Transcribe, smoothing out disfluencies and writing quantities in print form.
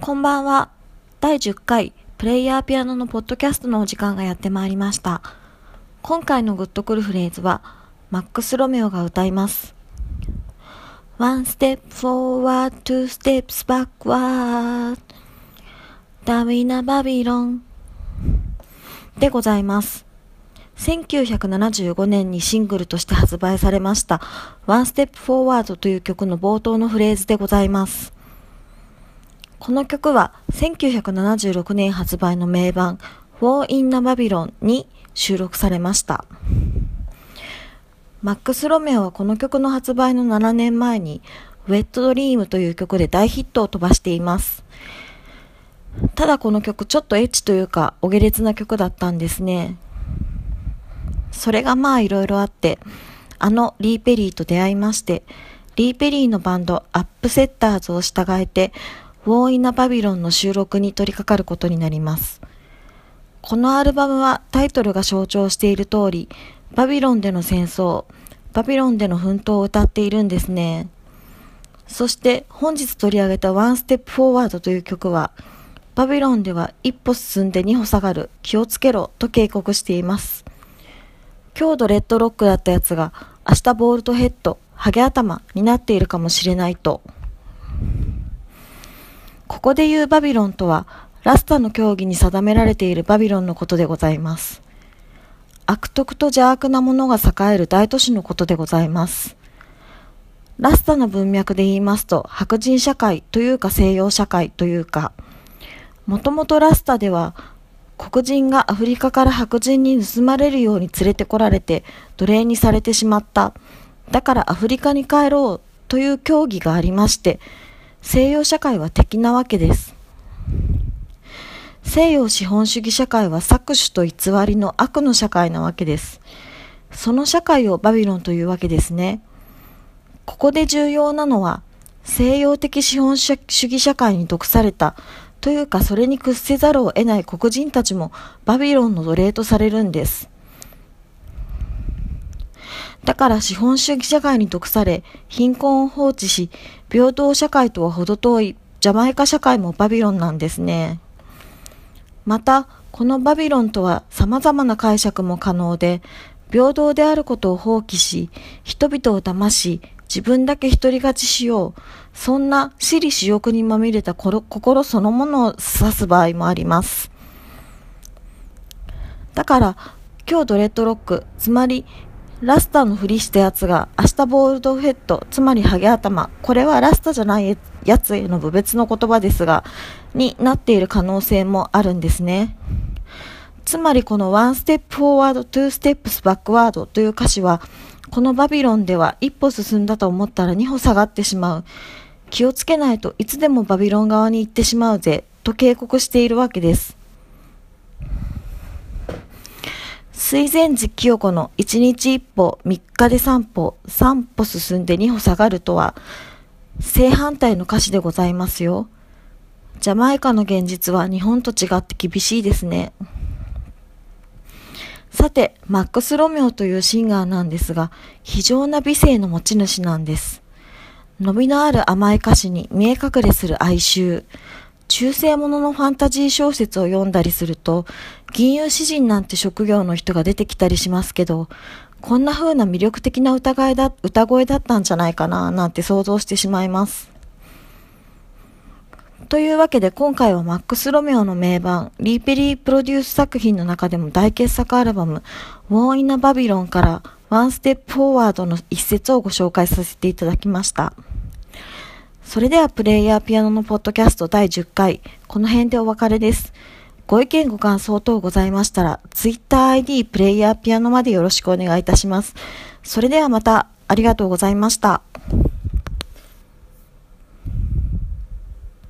こんばんは。第10回プレイヤーピアノのポッドキャストのお時間がやってまいりました。今回のグッとくるフレーズはマックス・ロメオが歌います。One step forward, two steps backward ダウィナ・バビロンでございます。1975年にシングルとして発売されましたOne Step Forward という曲の冒頭のフレーズでございます。この曲は1976年発売の名盤 War in the Babylon に収録されました。マックス・ロメオはこの曲の発売の7年前に Wet Dream という曲で大ヒットを飛ばしています。ただこの曲ちょっとエッチというかお下劣な曲だったんですね。それがいろいろあってリー・ペリーと出会いまして、リー・ペリーのバンドアップセッターズを従えてウォー・イン・ナ・バビロンの収録に取り掛かることになります。このアルバムはタイトルが象徴している通り、バビロンでの戦争、バビロンでの奮闘を歌っているんですね。そして本日取り上げた One Step Forward という曲は、バビロンでは一歩進んで二歩下がる、気をつけろと警告しています。今日ドレッドロックだったやつが明日ボールドヘッド、ハゲ頭になっているかもしれないと。ここで言うバビロンとはラスタの教義に定められているバビロンのことでございます。悪徳と邪悪なものが栄える大都市のことでございます。ラスタの文脈で言いますと白人社会というか西洋社会というか、もともとラスタでは黒人がアフリカから白人に盗まれるように連れてこられて奴隷にされてしまった。だからアフリカに帰ろうという教義がありまして、西洋社会は敵なわけです。西洋資本主義社会は搾取と偽りの悪の社会なわけです。その社会をバビロンというわけですね。ここで重要なのは、西洋的資本主義社会に毒されたというか、それに屈せざるを得ない黒人たちもバビロンの奴隷とされるんです。だから資本主義社会に毒され、貧困を放置し、平等社会とは程遠いジャマイカ社会もバビロンなんですね。また、このバビロンとは様々な解釈も可能で、平等であることを放棄し、人々を騙し、自分だけ独り勝ちしよう。そんな私利私欲にまみれた心そのものを指す場合もあります。だから、今日ドレッドロック、つまりラスタのふりしたやつが明日ボールドヘッド、つまりハゲ頭、これはラスタじゃないやつへの侮蔑の言葉ですが、になっている可能性もあるんですね。つまりこの One Step Forward, Two Steps Backward という歌詞は、このバビロンでは一歩進んだと思ったら二歩下がってしまう。気をつけないといつでもバビロン側に行ってしまうぜ、と警告しているわけです。水前寺清子の1日1歩、3日で3歩進んで2歩下がるとは、正反対の歌詞でございますよ。ジャマイカの現実は日本と違って厳しいですね。さて、マックス・ロメオというシンガーなんですが、非常な美声の持ち主なんです。伸びのある甘い歌詞に見え隠れする哀愁。中世もののファンタジー小説を読んだりすると、吟遊詩人なんて職業の人が出てきたりしますけど、こんな風な魅力的な歌声だったんじゃないかな、なんて想像してしまいます。というわけで今回はマックス・ロメオの名盤、リー・ペリープロデュース作品の中でも大傑作アルバム、War in the Babylon からOne Step Forward の一節をご紹介させていただきました。それではプレイヤーピアノのポッドキャスト第10回、この辺でお別れです。ご意見ご感想等ございましたら、Twitter ID プレイヤーピアノまでよろしくお願いいたします。それではまた、ありがとうございました。